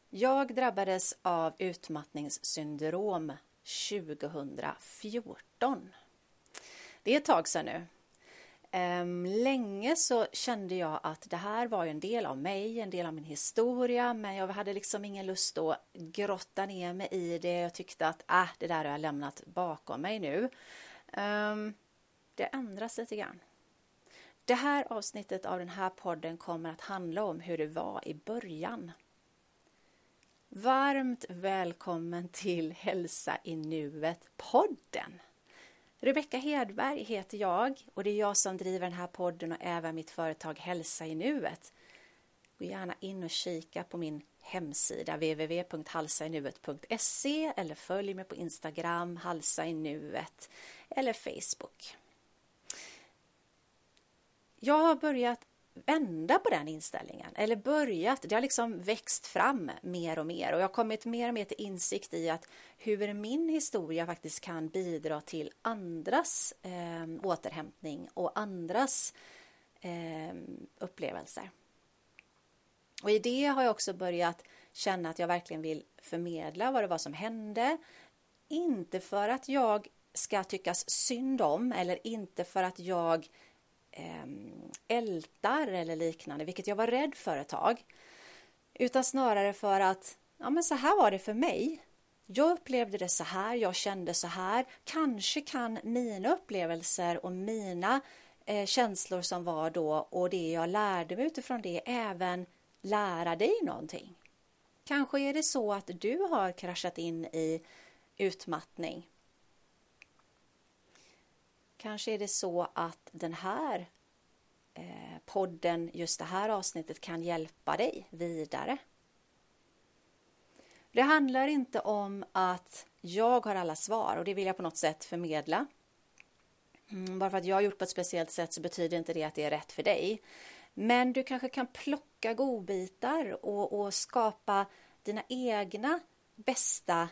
Jag drabbades av utmattningssyndrom 2014. Det är ett tag sedan nu. Länge så kände jag att det här var en del av mig, en del av min historia, men jag hade liksom ingen lust att grotta ner mig i det. Jag tyckte att det där har jag lämnat bakom mig nu. Det ändras lite grann. Det här avsnittet av den här podden kommer att handla om hur det var i början. Varmt välkommen till Hälsa i nuet-podden. Rebecka Hedberg heter jag och det är jag som driver den här podden och även mitt företag Hälsa i nuet. Gå gärna in och kika på min hemsida www.halsainuet.se eller följ mig på Instagram, Halsa i nuet eller Facebook. Jag har börjat vända på den inställningen, eller det har liksom växt fram mer och mer och jag har kommit mer och mer till insikt i att hur min historia faktiskt kan bidra till andras återhämtning och andras upplevelser. Och i det har jag också börjat känna att jag verkligen vill förmedla vad det var som hände, inte för att jag ska tyckas synd om eller inte för att jag ältar eller liknande, vilket jag var rädd för ett tag, utan snarare för att men så här var det för mig. Jag upplevde det så här, jag kände så här. Kanske kan mina upplevelser och mina känslor som var då och det jag lärde mig utifrån det även lära dig någonting. Kanske är det så att du har kraschat in i utmattning. Kanske är det så att den här podden, just det här avsnittet kan hjälpa dig vidare. Det handlar inte om att jag har alla svar och det vill jag på något sätt förmedla. Bara för att jag har gjort på ett speciellt sätt så betyder inte det att det är rätt för dig. Men du kanske kan plocka godbitar och skapa dina egna bästa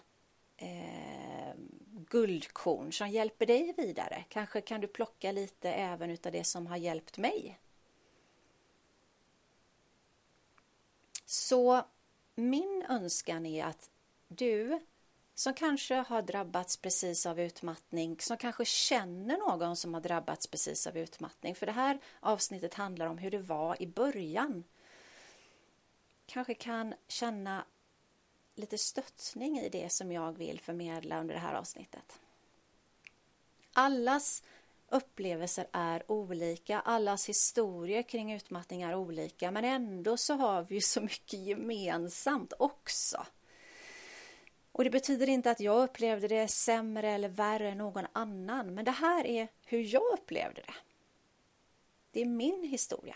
guldkorn som hjälper dig vidare. Kanske kan du plocka lite även utav det som har hjälpt mig. Så min önskan är att du som kanske har drabbats precis av utmattning, som kanske känner någon som har drabbats precis av utmattning, för det här avsnittet handlar om hur det var i början, kanske kan känna lite stöttning i det som jag vill förmedla under det här avsnittet. Allas upplevelser är olika, allas historier kring utmattning är olika, men ändå så har vi ju så mycket gemensamt också. Och det betyder inte att jag upplevde det sämre eller värre än någon annan, men det här är hur jag upplevde det. Det är min historia.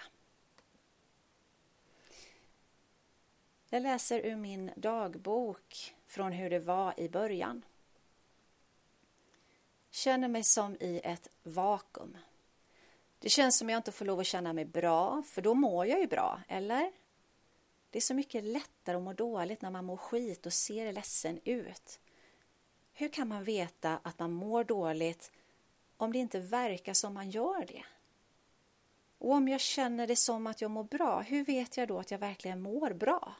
Jag läser ur min dagbok från hur det var i början. Känner mig som i ett vakuum. Det känns som jag inte får lov att känna mig bra, för då mår jag ju bra, eller? Det är så mycket lättare att må dåligt när man mår skit och ser ledsen ut. Hur kan man veta att man mår dåligt om det inte verkar som man gör det? Och om jag känner det som att jag mår bra, hur vet jag då att jag verkligen mår bra?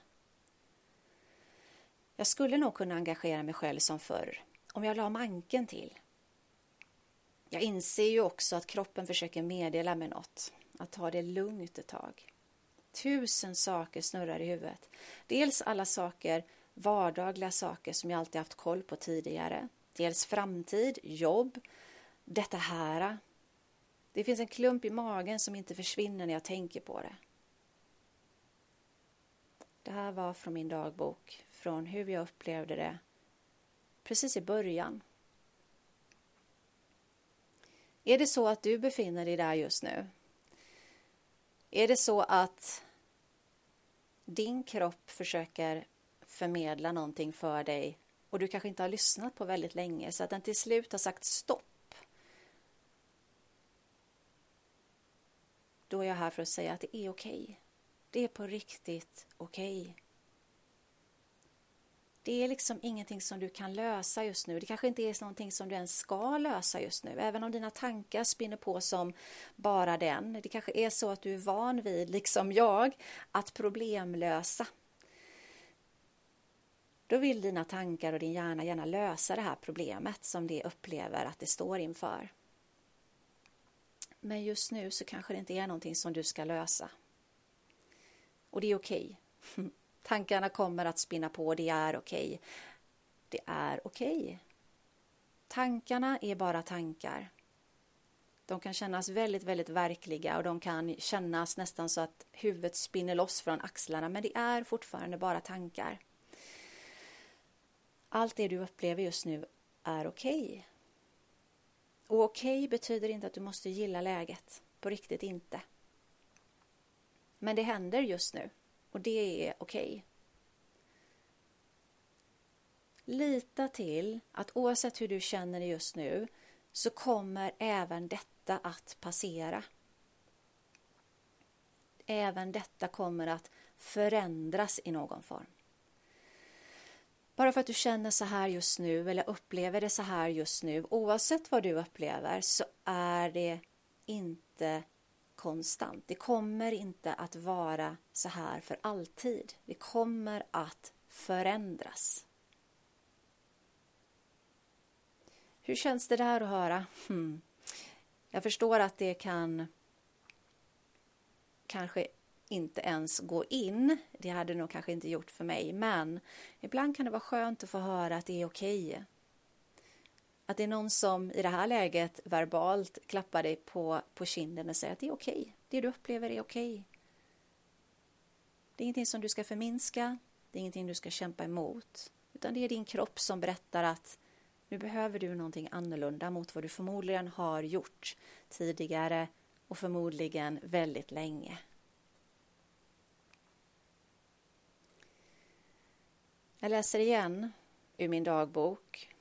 Jag skulle nog kunna engagera mig själv som förr, om jag la manken till. Jag inser ju också att kroppen försöker meddela mig något, att ta det lugnt ett tag. 1000 saker snurrar i huvudet. Dels alla saker, vardagliga saker som jag alltid haft koll på tidigare. Dels framtid, jobb, detta här. Det finns en klump i magen som inte försvinner när jag tänker på det. Det här var från min dagbok, från hur jag upplevde det precis i början. Är det så att du befinner dig där just nu? Är det så att din kropp försöker förmedla någonting för dig och du kanske inte har lyssnat på väldigt länge så att den till slut har sagt stopp? Då är jag här för att säga att det är okej. Det är på riktigt okej. Det är liksom ingenting som du kan lösa just nu. Det kanske inte är någonting som du ens ska lösa just nu. Även om dina tankar spinner på som bara den. Det kanske är så att du är van vid, liksom jag, att problemlösa. Då vill dina tankar och din hjärna gärna lösa det här problemet som de upplever att det står inför. Men just nu så kanske det inte är någonting som du ska lösa. Och det är okej. Tankarna kommer att spinna på, det är okej. Det är okej. Tankarna är bara tankar. De kan kännas väldigt, väldigt verkliga och de kan kännas nästan så att huvudet spinner loss från axlarna. Men det är fortfarande bara tankar. Allt det du upplever just nu är okej. Och okej betyder inte att du måste gilla läget. På riktigt inte. Men det händer just nu. Och det är okej. Lita till att oavsett hur du känner det just nu så kommer även detta att passera. Även detta kommer att förändras i någon form. Bara för att du känner så här just nu eller upplever det så här just nu, oavsett vad du upplever så är det inte konstant. Det kommer inte att vara så här för alltid. Det kommer att förändras. Hur känns det där att höra? Jag förstår att det kan kanske inte ens gå in. Det hade nog kanske inte gjort för mig. Men ibland kan det vara skönt att få höra att det är okej. Att det är någon som i det här läget verbalt klappar dig på kinden och säger att det är okej. Det du upplever är okej. Det är ingenting som du ska förminska. Det är ingenting du ska kämpa emot. Utan det är din kropp som berättar att nu behöver du någonting annorlunda mot vad du förmodligen har gjort tidigare och förmodligen väldigt länge. Jag läser igen ur min dagbok.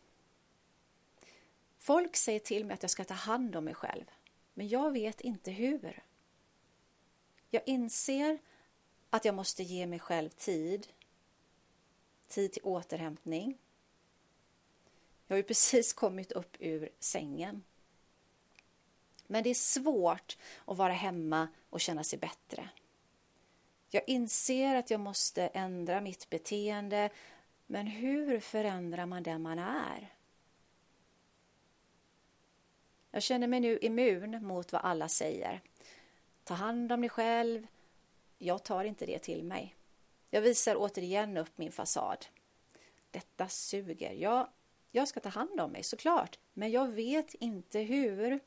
Folk säger till mig att jag ska ta hand om mig själv, men jag vet inte hur. Jag inser att jag måste ge mig själv tid till återhämtning. Jag har ju precis kommit upp ur sängen. Men det är svårt att vara hemma och känna sig bättre. Jag inser att jag måste ändra mitt beteende. Men hur förändrar man den man är? Jag känner mig nu immun mot vad alla säger. Ta hand om dig själv. Jag tar inte det till mig. Jag visar återigen upp min fasad. Detta suger. Jag ska ta hand om mig såklart. Men jag vet inte hur.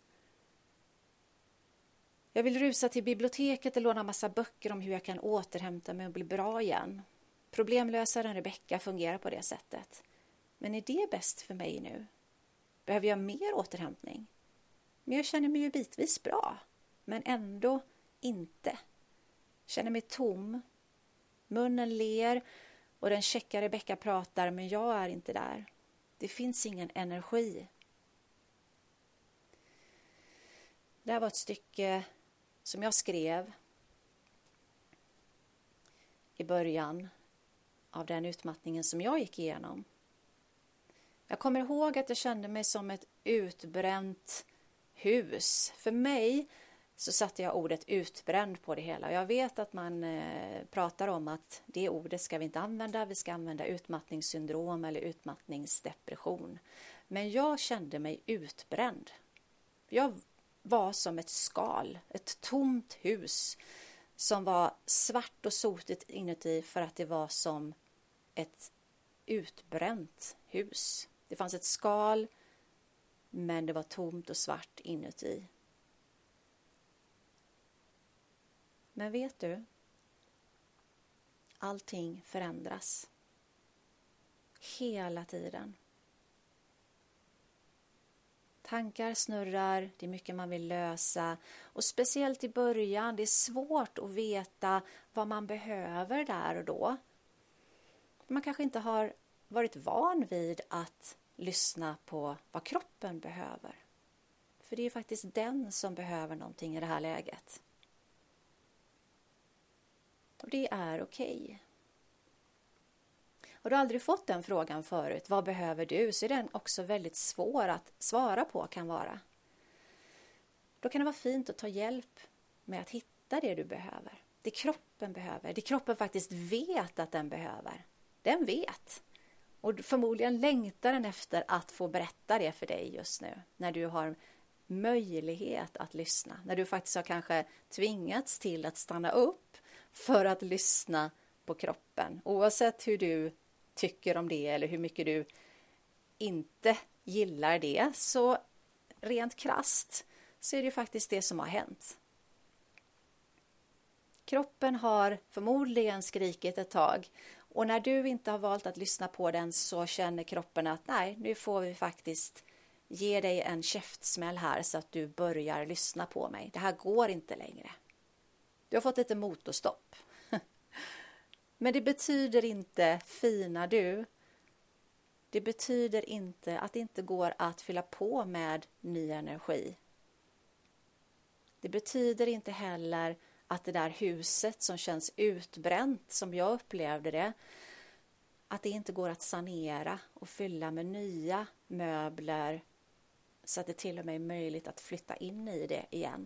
Jag vill rusa till biblioteket och låna massa böcker om hur jag kan återhämta mig och bli bra igen. Problemlösaren Rebecka fungerar på det sättet. Men är det bäst för mig nu? Behöver jag mer återhämtning? Men jag känner mig ju bitvis bra. Men ändå inte. Känner mig tom. Munnen ler och den käcka Rebecka pratar, men jag är inte där. Det finns ingen energi. Det här var ett stycke som jag skrev i början av den utmattningen som jag gick igenom. Jag kommer ihåg att jag kände mig som ett utbränt hus. För mig så satte jag ordet utbränd på det hela. Jag vet att man pratar om att det ordet ska vi inte använda. Vi ska använda utmattningssyndrom eller utmattningsdepression. Men jag kände mig utbränd. Jag var som ett skal, ett tomt hus som var svart och sotigt inuti för att det var som ett utbränt hus. Det fanns ett skal, men det var tomt och svart inuti. Men vet du? Allting förändras. Hela tiden. Tankar snurrar, det är mycket man vill lösa. Och speciellt i början, det är svårt att veta vad man behöver där och då. Man kanske inte har varit van vid att lyssna på vad kroppen behöver. För det är faktiskt den som behöver någonting i det här läget. Och det är okej. Har du aldrig fått den frågan förut, vad behöver du? Så är den också väldigt svår att svara på kan vara. Då kan det vara fint att ta hjälp med att hitta det du behöver. Det kroppen behöver. Det kroppen faktiskt vet att den behöver. Den vet. Och förmodligen längtar den efter att få berätta det för dig just nu. När du har möjlighet att lyssna. När du faktiskt har kanske tvingats till att stanna upp för att lyssna på kroppen. Oavsett hur du tycker om det eller hur mycket du inte gillar det, så rent krasst så är det ju faktiskt det som har hänt. Kroppen har förmodligen skrikit ett tag, och när du inte har valt att lyssna på den så känner kroppen att nej, nu får vi faktiskt ge dig en käftsmäll här så att du börjar lyssna på mig. Det här går inte längre. Du har fått lite motorstopp. Men det betyder inte, fina du, det betyder inte att det inte går att fylla på med ny energi. Det betyder inte heller att det där huset som känns utbränt, som jag upplevde det, att det inte går att sanera och fylla med nya möbler så att det till och med är möjligt att flytta in i det igen.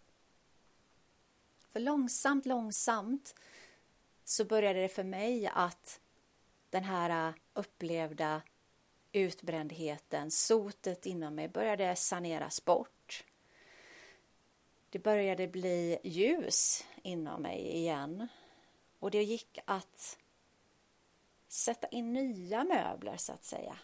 För långsamt så började det för mig att den här upplevda utbrändheten, sotet inom mig började saneras bort. Det började bli ljus inom mig igen. Och det gick att sätta in nya möbler så att säga.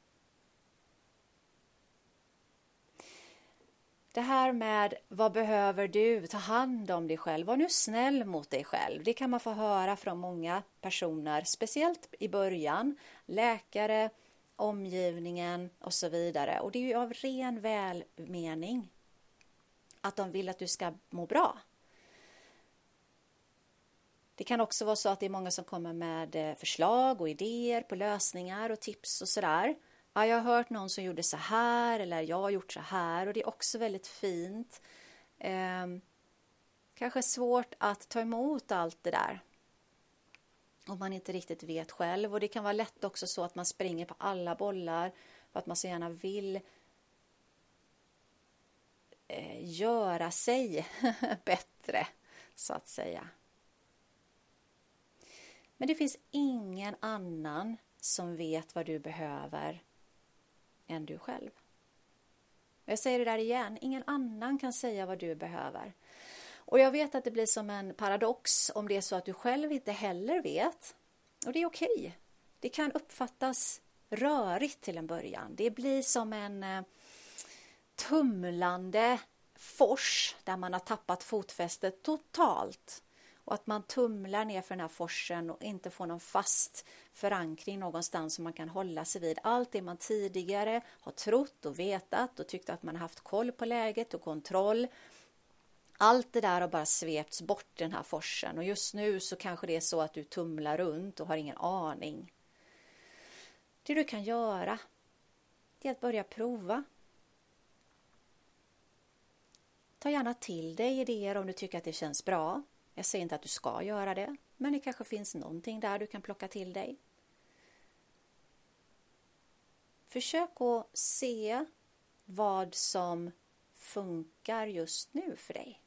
Det här med vad behöver du? Ta hand om dig själv. Var nu snäll mot dig själv. Det kan man få höra från många personer. Speciellt i början. Läkare, omgivningen och så vidare. Och det är ju av ren välmening. Att de vill att du ska må bra. Det kan också vara så att det är många som kommer med förslag och idéer på lösningar och tips och sådär. Ja, jag har hört någon som gjorde så här eller jag har gjort så här, och det är också väldigt fint. Kanske svårt att ta emot allt det där om man inte riktigt vet själv, och det kan vara lätt också så att man springer på alla bollar för att man så gärna vill göra sig bättre så att säga. Men det finns ingen annan som vet vad du behöver än du själv. Jag säger det där igen, ingen annan kan säga vad du behöver. Och jag vet att det blir som en paradox om det är så att du själv inte heller vet. Och det är okej. Det kan uppfattas rörigt till en början. Det blir som en tumlande fors där man har tappat fotfästet totalt. Och att man tumlar ner för den här forsen och inte får någon fast förankring någonstans som man kan hålla sig vid. Allt det man tidigare har trott och vetat och tyckt att man haft koll på läget och kontroll. Allt det där har bara svepts bort i den här forsen. Och just nu så kanske det är så att du tumlar runt och har ingen aning. Det du kan göra är att börja prova. Ta gärna till dig idéer om du tycker att det känns bra. Jag säger inte att du ska göra det, men det kanske finns någonting där du kan plocka till dig. Försök att se vad som funkar just nu för dig.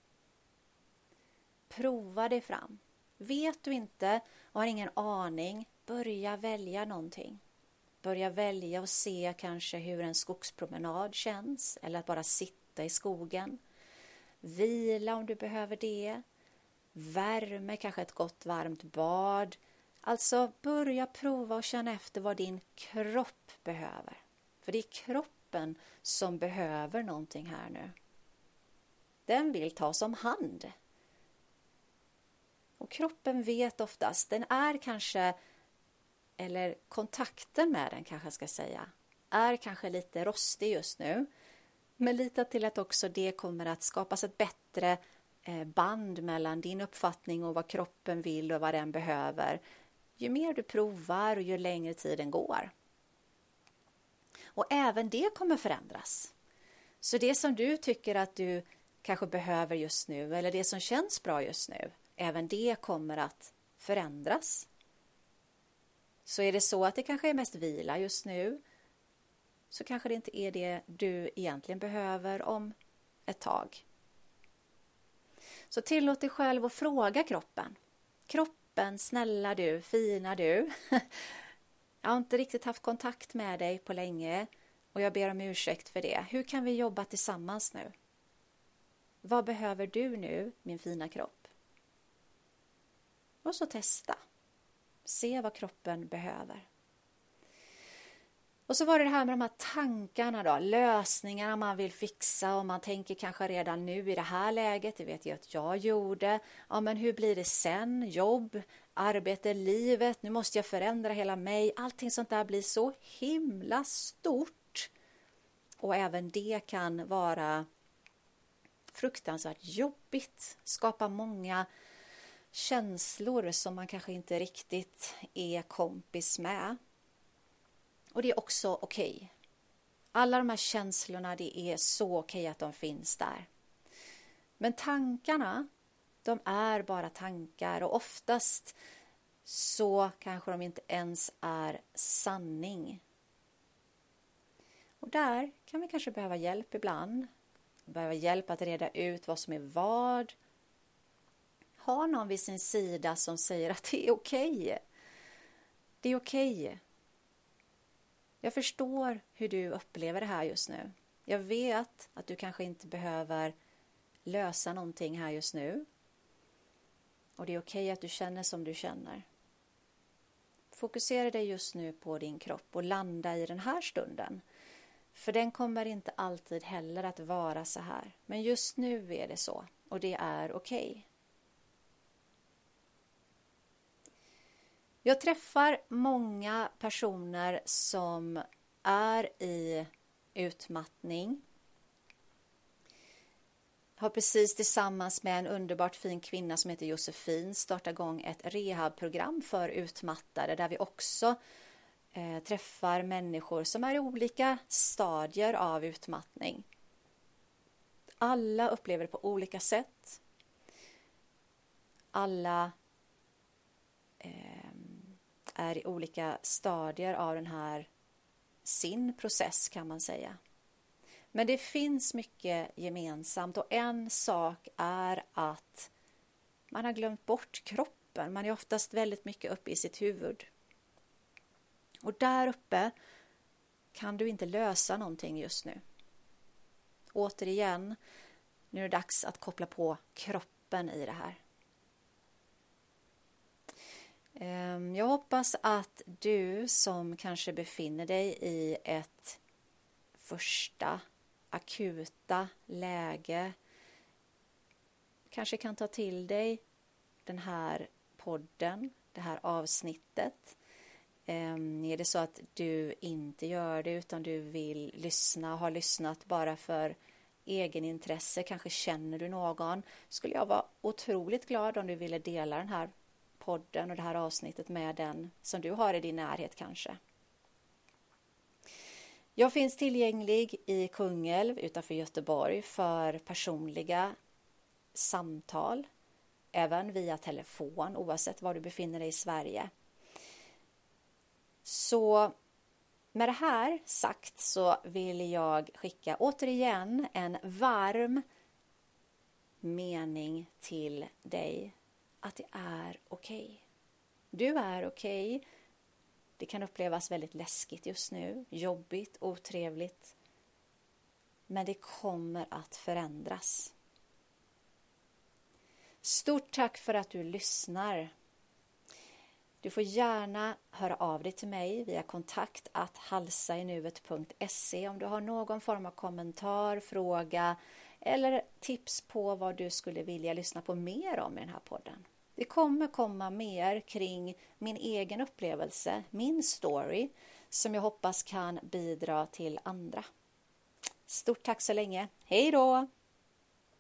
Prova dig fram. Vet du inte och har ingen aning, börja välja någonting. Börja välja och se kanske hur en skogspromenad känns, eller att bara sitta i skogen. Vila om du behöver det. Värme, kanske ett gott varmt bad. Alltså börja prova och känna efter vad din kropp behöver. För det är kroppen som behöver någonting här nu. Den vill tas om hand. Och kroppen vet oftast, den är kanske, eller kontakten med den kanske jag ska säga, är kanske lite rostig just nu. Men lita till att också det kommer att skapas ett bättre band mellan din uppfattning och vad kroppen vill och vad den behöver. Ju mer du provar och ju längre tiden går. Och även det kommer förändras. Så det som du tycker att du kanske behöver just nu, eller det som känns bra just nu, även det kommer att förändras. Så är det så att det kanske är mest vila just nu, så kanske det inte är det du egentligen behöver om ett tag. Så tillåt dig själv att fråga kroppen. Kroppen, snälla du, fina du. Jag har inte riktigt haft kontakt med dig på länge och jag ber om ursäkt för det. Hur kan vi jobba tillsammans nu? Vad behöver du nu, min fina kropp? Och så testa. Se vad kroppen behöver. Och så var det här med de här tankarna då, lösningarna man vill fixa och man tänker kanske redan nu i det här läget, det vet jag att jag gjorde. Ja, men hur blir det sen? Jobb, arbete, livet, nu måste jag förändra hela mig. Allting sånt där blir så himla stort. Och även det kan vara fruktansvärt jobbigt, skapa många känslor som man kanske inte riktigt är kompis med. Och det är också okej. Alla de här känslorna, det är så okej att de finns där. Men tankarna, de är bara tankar och oftast så kanske de inte ens är sanning. Och där kan vi kanske behöva hjälp ibland. Behöva hjälp att reda ut vad som är vad. Ha någon vid sin sida som säger att det är okej. Det är okej. Jag förstår hur du upplever det här just nu. Jag vet att du kanske inte behöver lösa någonting här just nu. Och det är okej att du känner som du känner. Fokusera dig just nu på din kropp och landa i den här stunden. För den kommer inte alltid heller att vara så här. Men just nu är det så. Och det är okej. Jag träffar många personer som är i utmattning. Har precis tillsammans med en underbart fin kvinna som heter Josefin startat igång ett rehabprogram för utmattade. Där vi också träffar människor som är i olika stadier av utmattning. Alla upplever det på olika sätt. Alla är i olika stadier av den här sin process kan man säga. Men det finns mycket gemensamt och en sak är att man har glömt bort kroppen. Man är oftast väldigt mycket uppe i sitt huvud. Och där uppe kan du inte lösa någonting just nu. Återigen, nu är det dags att koppla på kroppen i det här. Jag hoppas att du som kanske befinner dig i ett första akuta läge kanske kan ta till dig den här podden, det här avsnittet. Är det så att du inte gör det utan du vill lyssna, har lyssnat bara för egenintresse, kanske känner du någon, skulle jag vara otroligt glad om du ville dela den här podden och det här avsnittet med den som du har i din närhet kanske. Jag finns tillgänglig i Kungälv utanför Göteborg för personliga samtal, även via telefon oavsett var du befinner dig i Sverige. Så med det här sagt så vill jag skicka återigen en varm mening till dig att det är okej. Du är okej. Det kan upplevas väldigt läskigt just nu, jobbigt, otrevligt. Men det kommer att förändras. Stort tack för att du lyssnar. Du får gärna höra av dig till mig via kontakt@halsainuet.se om du har någon form av kommentar, fråga eller tips på vad du skulle vilja lyssna på mer om i den här podden. Det kommer komma mer kring min egen upplevelse, min story, som jag hoppas kan bidra till andra. Stort tack så länge. Hej då!